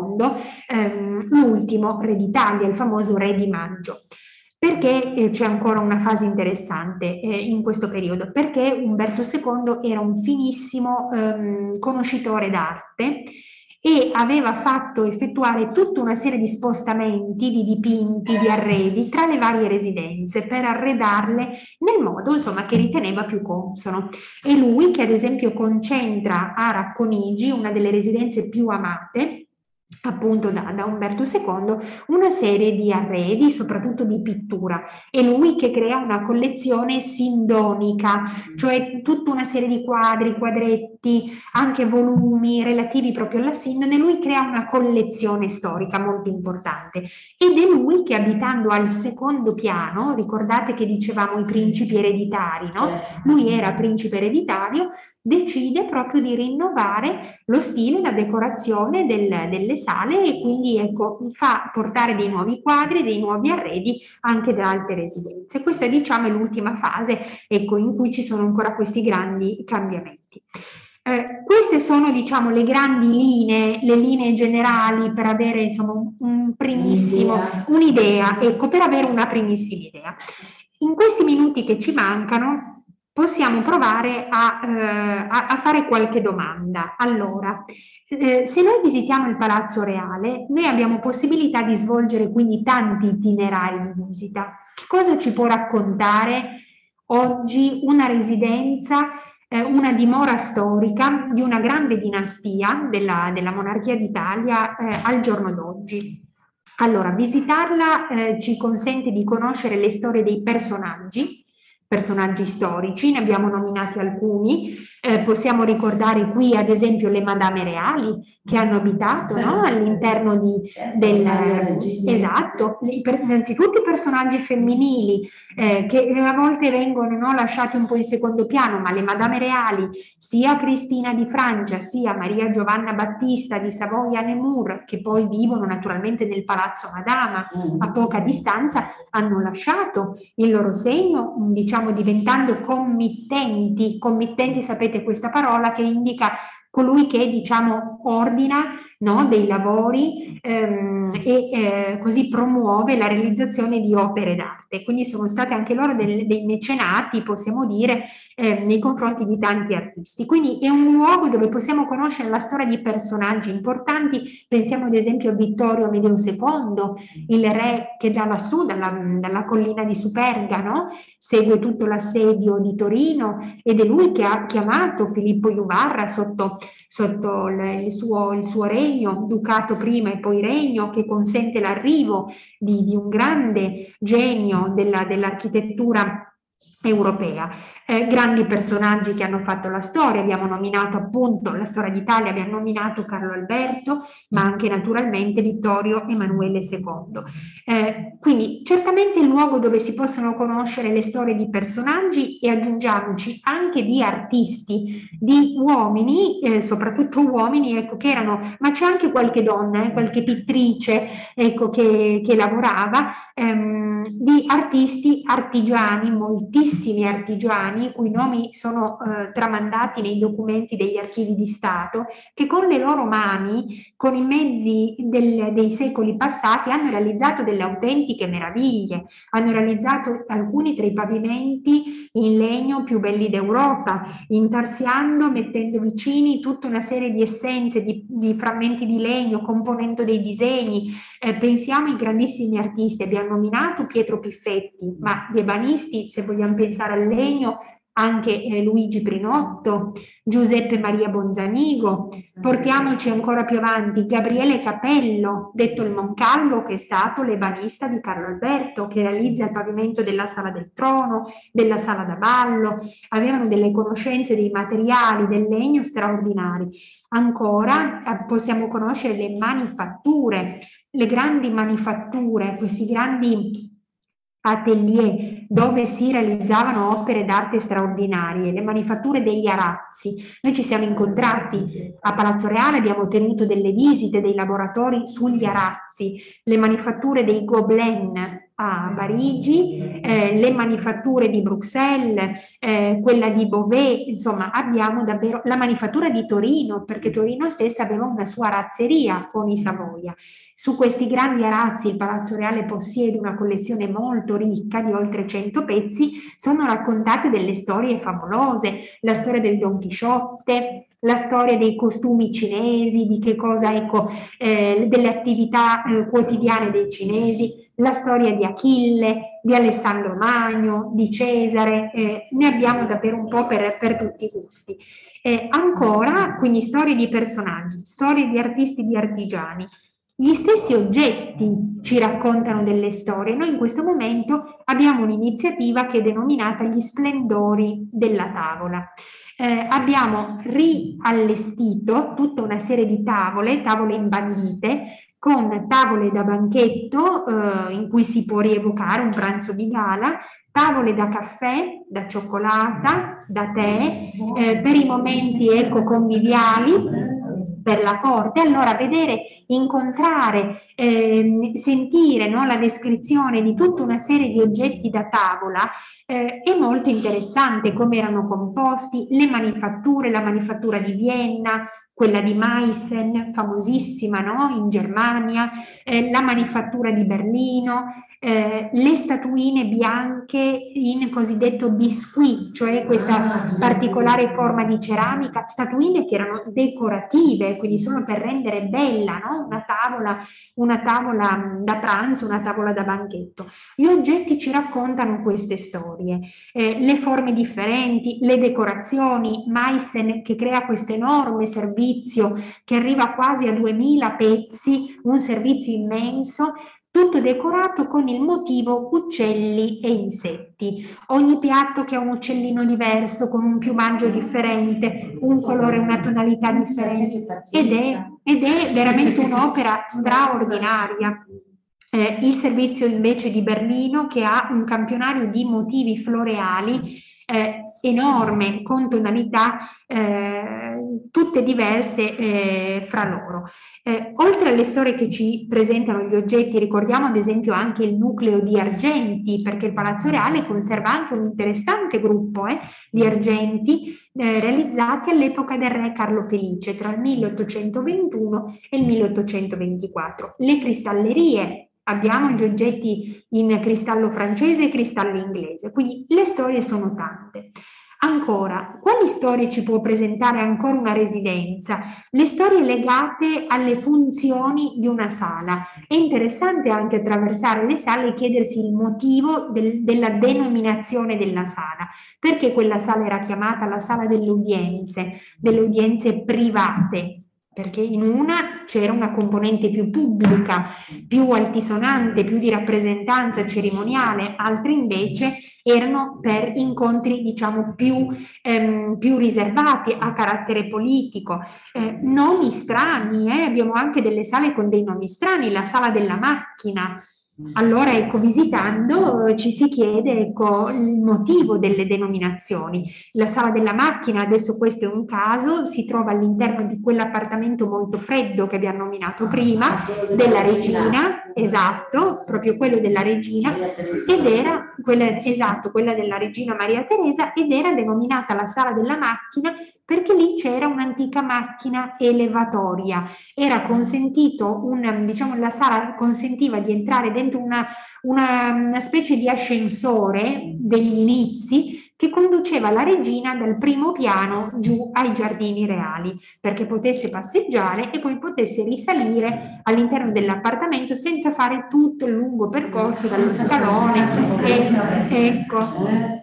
II, l'ultimo re d'Italia, il famoso re di Maggio. Perché c'è ancora una fase interessante in questo periodo? Perché Umberto II era un finissimo conoscitore d'arte e aveva fatto effettuare tutta una serie di spostamenti, di dipinti, di arredi tra le varie residenze per arredarle nel modo, insomma, che riteneva più consono. È lui che ad esempio concentra a Racconigi, una delle residenze più amate appunto da Umberto II, una serie di arredi, soprattutto di pittura. È lui che crea una collezione sindonica, cioè tutta una serie di quadri, quadretti, anche volumi relativi proprio alla sindone. Lui crea una collezione storica molto importante ed è lui che, abitando al secondo piano, ricordate che dicevamo i principi ereditari, no? Lui era principe ereditario, decide proprio di rinnovare lo stile, la decorazione delle sale e quindi ecco, fa portare dei nuovi quadri, dei nuovi arredi anche da altre residenze. Questa diciamo è l'ultima fase, ecco, in cui ci sono ancora questi grandi cambiamenti. Queste sono diciamo le grandi linee, le linee generali per avere insomma un primissimo, un'idea, ecco, per avere una primissima idea. In questi minuti che ci mancano possiamo provare a fare qualche domanda. Allora, se noi visitiamo il Palazzo Reale, noi abbiamo possibilità di svolgere quindi tanti itinerari di visita. Che cosa ci può raccontare oggi una residenza, una dimora storica di una grande dinastia della monarchia d'Italia al giorno d'oggi? Allora, visitarla ci consente di conoscere le storie dei personaggi storici, ne abbiamo nominati alcuni, possiamo ricordare qui ad esempio le Madame Reali che hanno abitato, no? All'interno esatto, innanzitutto i personaggi femminili che a volte vengono, no, lasciati un po' in secondo piano, ma le Madame Reali, sia Cristina di Francia sia Maria Giovanna Battista di Savoia-Nemours, che poi vivono naturalmente nel Palazzo Madama a poca distanza, hanno lasciato il loro segno, diciamo diventando committenti. Committenti, sapete questa parola che indica colui che diciamo ordina, no, dei lavori e così promuove la realizzazione di opere d'arte. Quindi sono state anche loro dei mecenati, possiamo dire, nei confronti di tanti artisti. Quindi è un luogo dove possiamo conoscere la storia di personaggi importanti. Pensiamo ad esempio a Vittorio Amedeo II, il re che da lassù, dalla collina di Superga, no, segue tutto l'assedio di Torino, ed è lui che ha chiamato Filippo Juvarra sotto il suo regno, ducato prima e poi regno, che consente l'arrivo di un grande genio dell'architettura europea. Grandi personaggi che hanno fatto la storia, abbiamo nominato appunto la storia d'Italia, abbiamo nominato Carlo Alberto, ma anche naturalmente Vittorio Emanuele II. Quindi certamente il luogo dove si possono conoscere le storie di personaggi e aggiungiamoci anche di artisti, di uomini, soprattutto uomini, ecco, che erano, ma c'è anche qualche donna, qualche pittrice, ecco, che lavorava, di artisti artigiani, moltissimi artigiani, i cui nomi sono tramandati nei documenti degli archivi di Stato, che con le loro mani, con i mezzi dei secoli passati, hanno realizzato delle autentiche meraviglie, hanno realizzato alcuni tra i pavimenti in legno più belli d'Europa, intarsiando, mettendo vicini tutta una serie di essenze, di frammenti di legno, componendo dei disegni. Pensiamo ai grandissimi artisti, abbiamo nominato Pietro Piffetti, ma gli ebanisti, se vogliamo pensare al legno, anche Luigi Prinotto, Giuseppe Maria Bonzanigo, portiamoci ancora più avanti Gabriele Capello, detto il Moncalvo, che è stato l'ebanista di Carlo Alberto, che realizza il pavimento della Sala del Trono, della Sala da Ballo, avevano delle conoscenze dei materiali, del legno straordinari. Ancora possiamo conoscere le manifatture, le grandi manifatture, questi grandi atelier dove si realizzavano opere d'arte straordinarie, le manifatture degli arazzi. Noi ci siamo incontrati a Palazzo Reale, abbiamo tenuto delle visite, dei laboratori sugli arazzi, le manifatture dei Gobelin a Parigi, le manifatture di Bruxelles, quella di Beauvais, insomma abbiamo davvero la manifattura di Torino, perché Torino stessa aveva una sua arazzeria con i Savoia. Su questi grandi arazzi il Palazzo Reale possiede una collezione molto ricca di oltre 100 pezzi, sono raccontate delle storie favolose, la storia del Don Chisciotte, la storia dei costumi cinesi, di che cosa, ecco, delle attività quotidiane dei cinesi, la storia di Achille, di Alessandro Magno, di Cesare, ne abbiamo davvero un po' per tutti i gusti. Ancora, quindi storie di personaggi, storie di artisti, di artigiani. Gli stessi oggetti ci raccontano delle storie. Noi in questo momento abbiamo un'iniziativa che è denominata Gli splendori della tavola. Abbiamo riallestito tutta una serie di tavole imbandite, con tavole da banchetto in cui si può rievocare un pranzo di gala, tavole da caffè, da cioccolata, da tè, per i momenti, ecco, conviviali, per la corte. Allora vedere, incontrare, sentire, no, la descrizione di tutta una serie di oggetti da tavola è molto interessante, come erano composti, le manifatture, la manifattura di Vienna, quella di Meissen, famosissima, no? In Germania, la manifattura di Berlino, le statuine bianche in cosiddetto biscuit, cioè questa particolare forma di ceramica, statuine che erano decorative, quindi solo per rendere bella, no? Una tavola da pranzo, una tavola da banchetto. Gli oggetti ci raccontano queste storie, le forme differenti, le decorazioni, Meissen che crea questo enorme servizio che arriva quasi a 2000 pezzi, un servizio immenso, tutto decorato con il motivo uccelli e insetti. Ogni piatto che ha un uccellino diverso, con un piumaggio differente, un colore, una tonalità differente, ed è veramente un'opera straordinaria. Il servizio invece di Berlino, che ha un campionario di motivi floreali enorme, con tonalità tutte diverse fra loro. Oltre alle storie che ci presentano gli oggetti, ricordiamo ad esempio anche il nucleo di argenti, perché il Palazzo Reale conserva anche un interessante gruppo di argenti realizzati all'epoca del re Carlo Felice, tra il 1821 e il 1824. Le cristallerie, abbiamo gli oggetti in cristallo francese e cristallo inglese, quindi le storie sono tante. Ancora, quali storie ci può presentare ancora una residenza? Le storie legate alle funzioni di una sala. È interessante anche attraversare le sale e chiedersi il motivo della denominazione della sala. Perché quella sala era chiamata la sala delle udienze private? Perché in una c'era una componente più pubblica, più altisonante, più di rappresentanza cerimoniale, altre invece erano per incontri, diciamo, più riservati, a carattere politico. Nomi strani, abbiamo anche delle sale con dei nomi strani, la sala della macchina. Allora, ecco, visitando ci si chiede, ecco, il motivo delle denominazioni. La sala della macchina, adesso questo è un caso, si trova all'interno di quell'appartamento molto freddo che abbiamo nominato prima, della regina, esatto, proprio quello della regina, ed era quella della regina Maria Teresa, ed era denominata la sala della macchina perché lì c'era un'antica macchina elevatoria. Era consentito, diciamo, la sala consentiva di entrare dentro una specie di ascensore degli inizi che conduceva la regina dal primo piano giù ai giardini reali, perché potesse passeggiare e poi potesse risalire all'interno dell'appartamento senza fare tutto il lungo percorso dallo scalone. Ecco.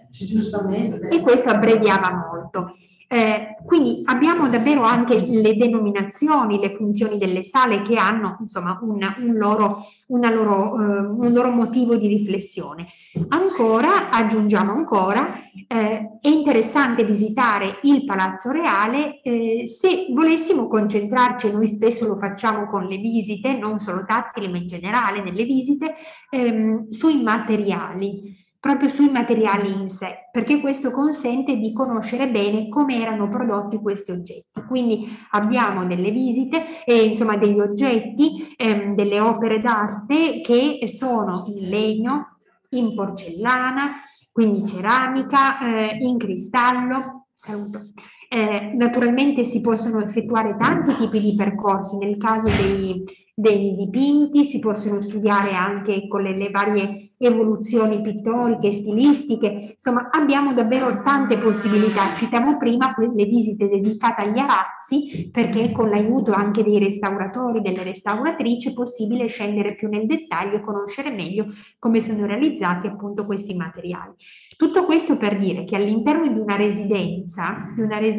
giustamente. E questo abbreviava molto. Quindi abbiamo davvero anche le denominazioni, le funzioni delle sale che hanno insomma un loro motivo di riflessione. Ancora, aggiungiamo ancora, è interessante visitare il Palazzo Reale se volessimo concentrarci, e noi spesso lo facciamo con le visite, non solo tattili ma in generale nelle visite, sui materiali. Proprio sui materiali in sé, perché questo consente di conoscere bene come erano prodotti questi oggetti. Quindi abbiamo delle visite, insomma degli oggetti, delle opere d'arte che sono in legno, in porcellana, quindi ceramica, in cristallo. Saluto. Naturalmente si possono effettuare tanti tipi di percorsi, nel caso dei dipinti si possono studiare anche con le varie evoluzioni pittoriche, stilistiche, insomma abbiamo davvero tante possibilità. Citavo prima le visite dedicate agli arazzi, perché con l'aiuto anche dei restauratori, delle restauratrici è possibile scendere più nel dettaglio e conoscere meglio come sono realizzati appunto questi materiali. Tutto questo per dire che all'interno di una residenza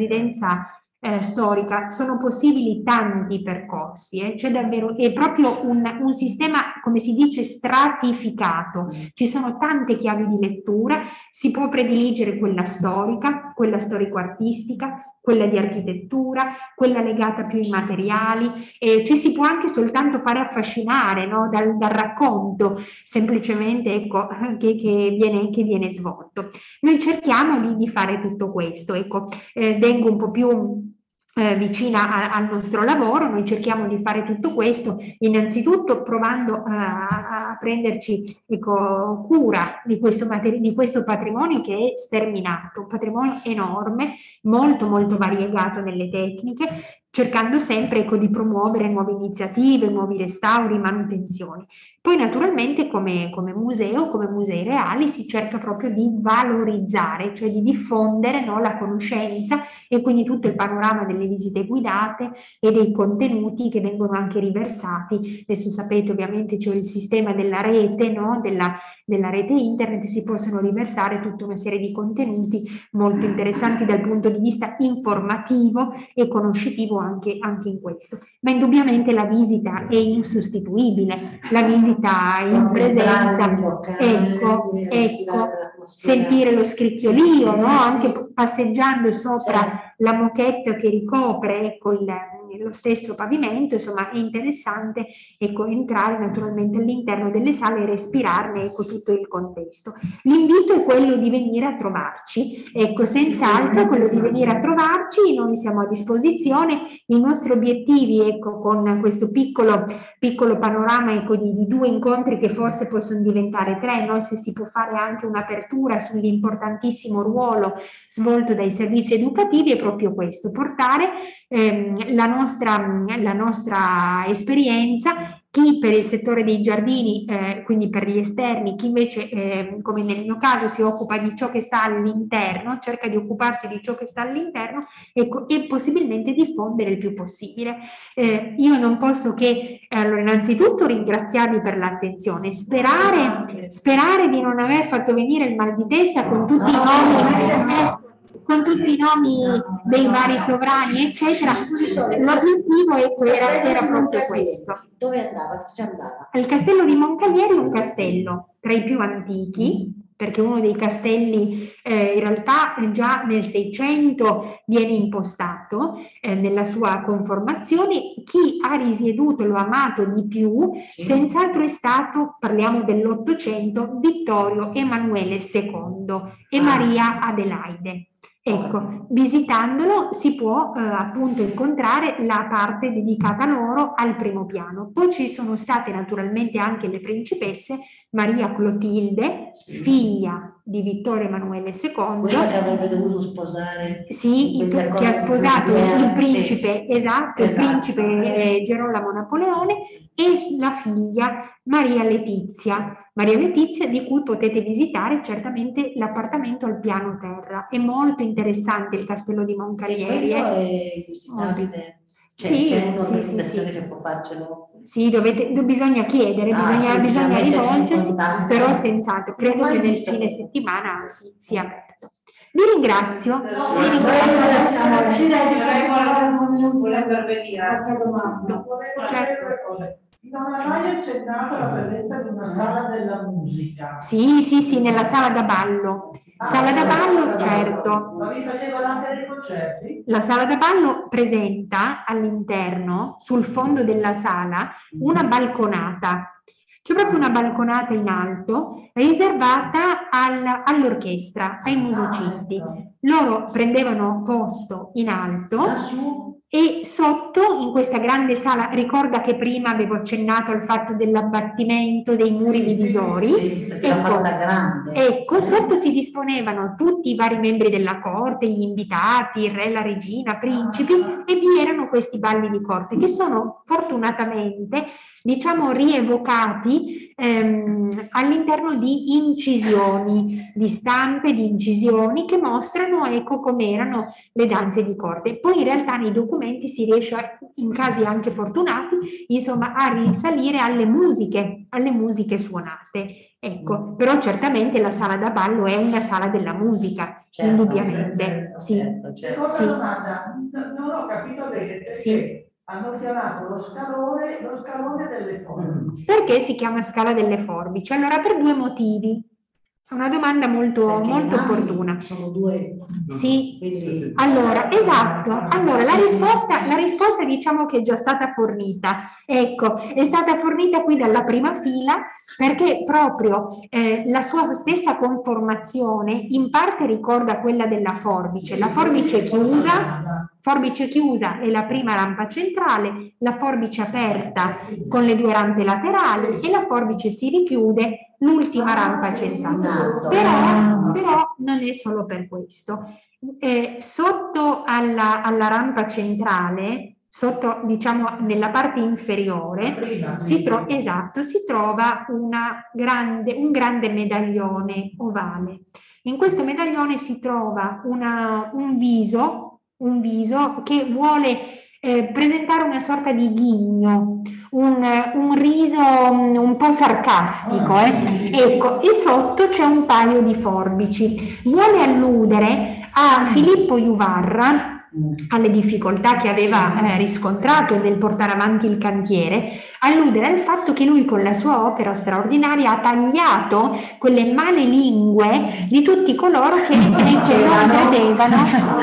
storica sono possibili tanti percorsi, c'è davvero, è proprio un sistema, come si dice, stratificato, ci sono tante chiavi di lettura, si può prediligere quella storica, quella storico-artistica, quella di architettura, quella legata più ai materiali, ci si può anche soltanto fare affascinare, no? dal racconto semplicemente, ecco, che viene svolto. Noi cerchiamo di fare tutto questo, ecco, vengo un po' più vicina al nostro lavoro. Noi cerchiamo di fare tutto questo innanzitutto provando a prenderci, ecco, cura di questo patrimonio che è sterminato, un patrimonio enorme, molto molto variegato nelle tecniche, cercando sempre, ecco, di promuovere nuove iniziative, nuovi restauri, manutenzioni. Poi naturalmente come museo, come musei reali, si cerca proprio di valorizzare, cioè di diffondere, no, la conoscenza e quindi tutto il panorama delle visite guidate e dei contenuti che vengono anche riversati. Adesso sapete, ovviamente c'è il sistema della rete, no, della rete internet, si possono riversare tutta una serie di contenuti molto interessanti dal punto di vista informativo e conoscitivo anche in questo. Ma indubbiamente la visita è insostituibile, la visita in presenza, ecco, sentire lo scricchiolio, no? Anche passeggiando sopra la moquette che ricopre, ecco, lo stesso pavimento, insomma è interessante, ecco, entrare naturalmente all'interno delle sale e respirarne, ecco, tutto il contesto. L'invito è quello di venire a trovarci, ecco, senz'altro quello di venire a trovarci, noi siamo a disposizione. I nostri obiettivi, ecco, con questo piccolo panorama, ecco, di 2 incontri che forse possono diventare 3, no? Se si può fare anche un'apertura sull'importantissimo ruolo svolto dai servizi educativi, è proprio questo, portare la nostra esperienza, chi per il settore dei giardini, quindi per gli esterni, chi invece, come nel mio caso, si occupa di ciò che sta all'interno, cerca di occuparsi di ciò che sta all'interno, ecco, e possibilmente diffondere il più possibile. Io non posso che, allora, innanzitutto ringraziarvi per l'attenzione, sperare di non aver fatto venire il mal di testa con tutti i nomi dei vari sovrani, eccetera. L'obiettivo era proprio questo. Dove andava? Chi ci andava? Il castello di Moncalieri è un castello tra i più antichi, perché uno dei castelli in realtà già nel 600 viene impostato nella sua conformazione. Chi ha risieduto e lo ha amato di più, senz'altro è stato, parliamo dell'800, Vittorio Emanuele II e Maria Adelaide. Ecco, visitandolo si può appunto incontrare la parte dedicata loro al primo piano. Poi ci sono state naturalmente anche le principesse, Maria Clotilde, figlia di Vittorio Emanuele II, quella che avrebbe dovuto sposare, sì, che ha sposato il principe, esatto, il principe Gerolamo Napoleone, e la figlia Maria Letizia, di cui potete visitare certamente l'appartamento al piano terra. È molto interessante il castello di Moncalieri. È visitabile. C'è un'organizzazione che può farcelo? Sì, bisogna chiedere, bisogna rivolgersi, però senz'altro, credo che nel fine settimana sia aperto. Vi ringrazio. Vuole intervenire? Certo. Non ha mai accennato la presenza di una sala della musica? Sì, nella sala da ballo. Sala da ballo, certo. Ma vi facevano anche dei concerti? La sala da ballo presenta all'interno, sul fondo della sala, una balconata. C'è proprio una balconata in alto riservata all'orchestra, ai musicisti. Loro prendevano posto in alto e sotto, in questa grande sala, ricorda che prima avevo accennato al fatto dell'abbattimento dei muri divisori. Sì, Ecco, sotto si disponevano tutti i vari membri della corte, gli invitati, il re, la regina, principi, e vi erano questi balli di corte che sono fortunatamente, diciamo, rievocati all'interno di incisioni, di stampe, di incisioni che mostrano, ecco, come erano le danze di corte. Poi in realtà nei documenti si riesce, in casi anche fortunati, insomma, a risalire alle musiche suonate. Ecco, però certamente la sala da ballo è una sala della musica, indubbiamente. Seconda domanda, non ho capito bene perché hanno chiamato lo scalone delle forbici. Perché si chiama scala delle forbici? Allora, per due motivi. È una domanda molto opportuna. Sono due. Sì, allora, esatto. Allora, la risposta diciamo che è già stata fornita. Ecco, è stata fornita qui dalla prima fila perché proprio la sua stessa conformazione in parte ricorda quella della forbice. La forbice chiusa è la prima rampa centrale, la forbice aperta con le due rampe laterali e la forbice si richiude, l'ultima rampa centrale. Però non è solo per questo. Sotto alla rampa centrale, sotto, diciamo, nella parte inferiore, si trova un grande medaglione ovale. In questo medaglione si trova un viso che vuole presentare una sorta di ghigno, un riso un po' sarcastico, ecco, e sotto c'è un paio di forbici. Vuole alludere a Filippo Juvarra, alle difficoltà che aveva riscontrato nel portare avanti il cantiere, alludere al fatto che lui con la sua opera straordinaria ha tagliato quelle male lingue di tutti coloro che non credevano,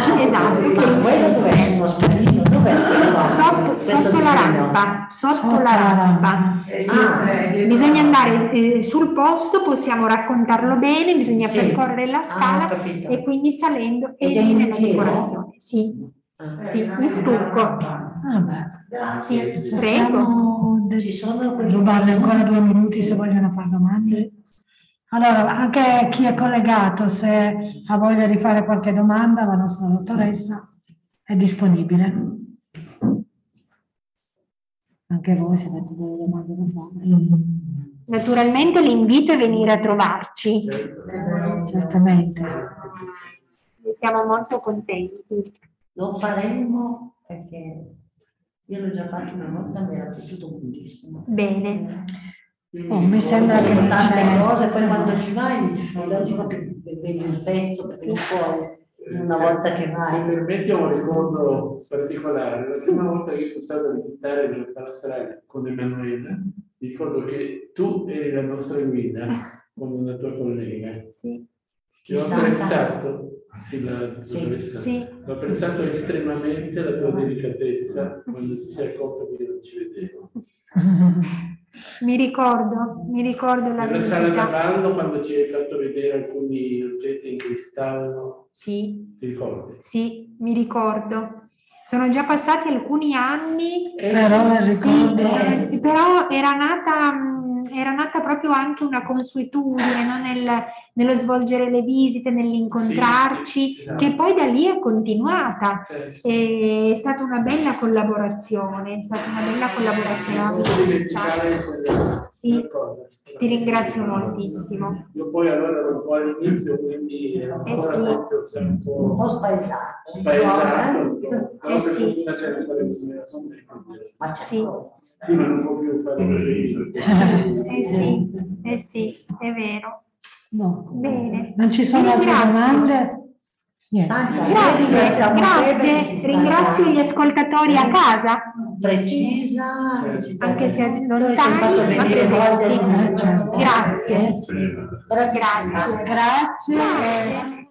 sotto la rampa. Bisogna andare sul posto, possiamo raccontarlo bene, bisogna percorrere la scala e quindi salendo e lì nella decorazione. Sì, in stucco. Prego. Ci sono rubarle ancora 2 minuti se vogliono fare domande. Allora, anche chi è collegato, se ha voglia di fare qualche domanda, la nostra dottoressa è disponibile. Anche voi se avete delle domande da fare. Naturalmente l'invito è venire a trovarci. Certamente. Siamo molto contenti. Lo faremmo perché io l'ho già fatto una volta, mi era piaciuto moltissimo. Bene. Mi sembra che tante cose, poi quando ci vai è logico che vedi un pezzo, perché poi una volta che vai. Se permetti un ricordo particolare, la prima volta che sono stato a visitare nel Palazzo Reale con Emanuela, ricordo che tu eri la nostra guida con una tua collega. Ti ho apprezzato, ho apprezzato estremamente la tua delicatezza quando ti sei accorto che io non ci vedevo. Mi ricordo la nella sala da ballo quando ci hai fatto vedere alcuni oggetti in cristallo. Sì. Ti ricordi? Sì, mi ricordo. Sono già passati alcuni anni, però era nata proprio anche una consuetudine, no? Nello svolgere le visite, nell'incontrarci, esatto. Che poi da lì è continuata. È stata una bella collaborazione, Non dimenticare Sì, qualcosa. ti ringrazio moltissimo. Io poi allora ero un po' all'inizio, quindi ancora sì. sei un Un po' po' spaesato. spaesato, però per sì. fortuna c'è da fare con me. Ma Sì. Sì, ma non può più fare così. Sì, è vero. No. Bene. Non ci sono altre Grazie. domande? Niente. Santa, Grazie. Ringrazio gli ascoltatori a casa, precisa, anche se hai lontani, fatto ma venire voglia di presenti. Grazie. Bravissima. Grazie.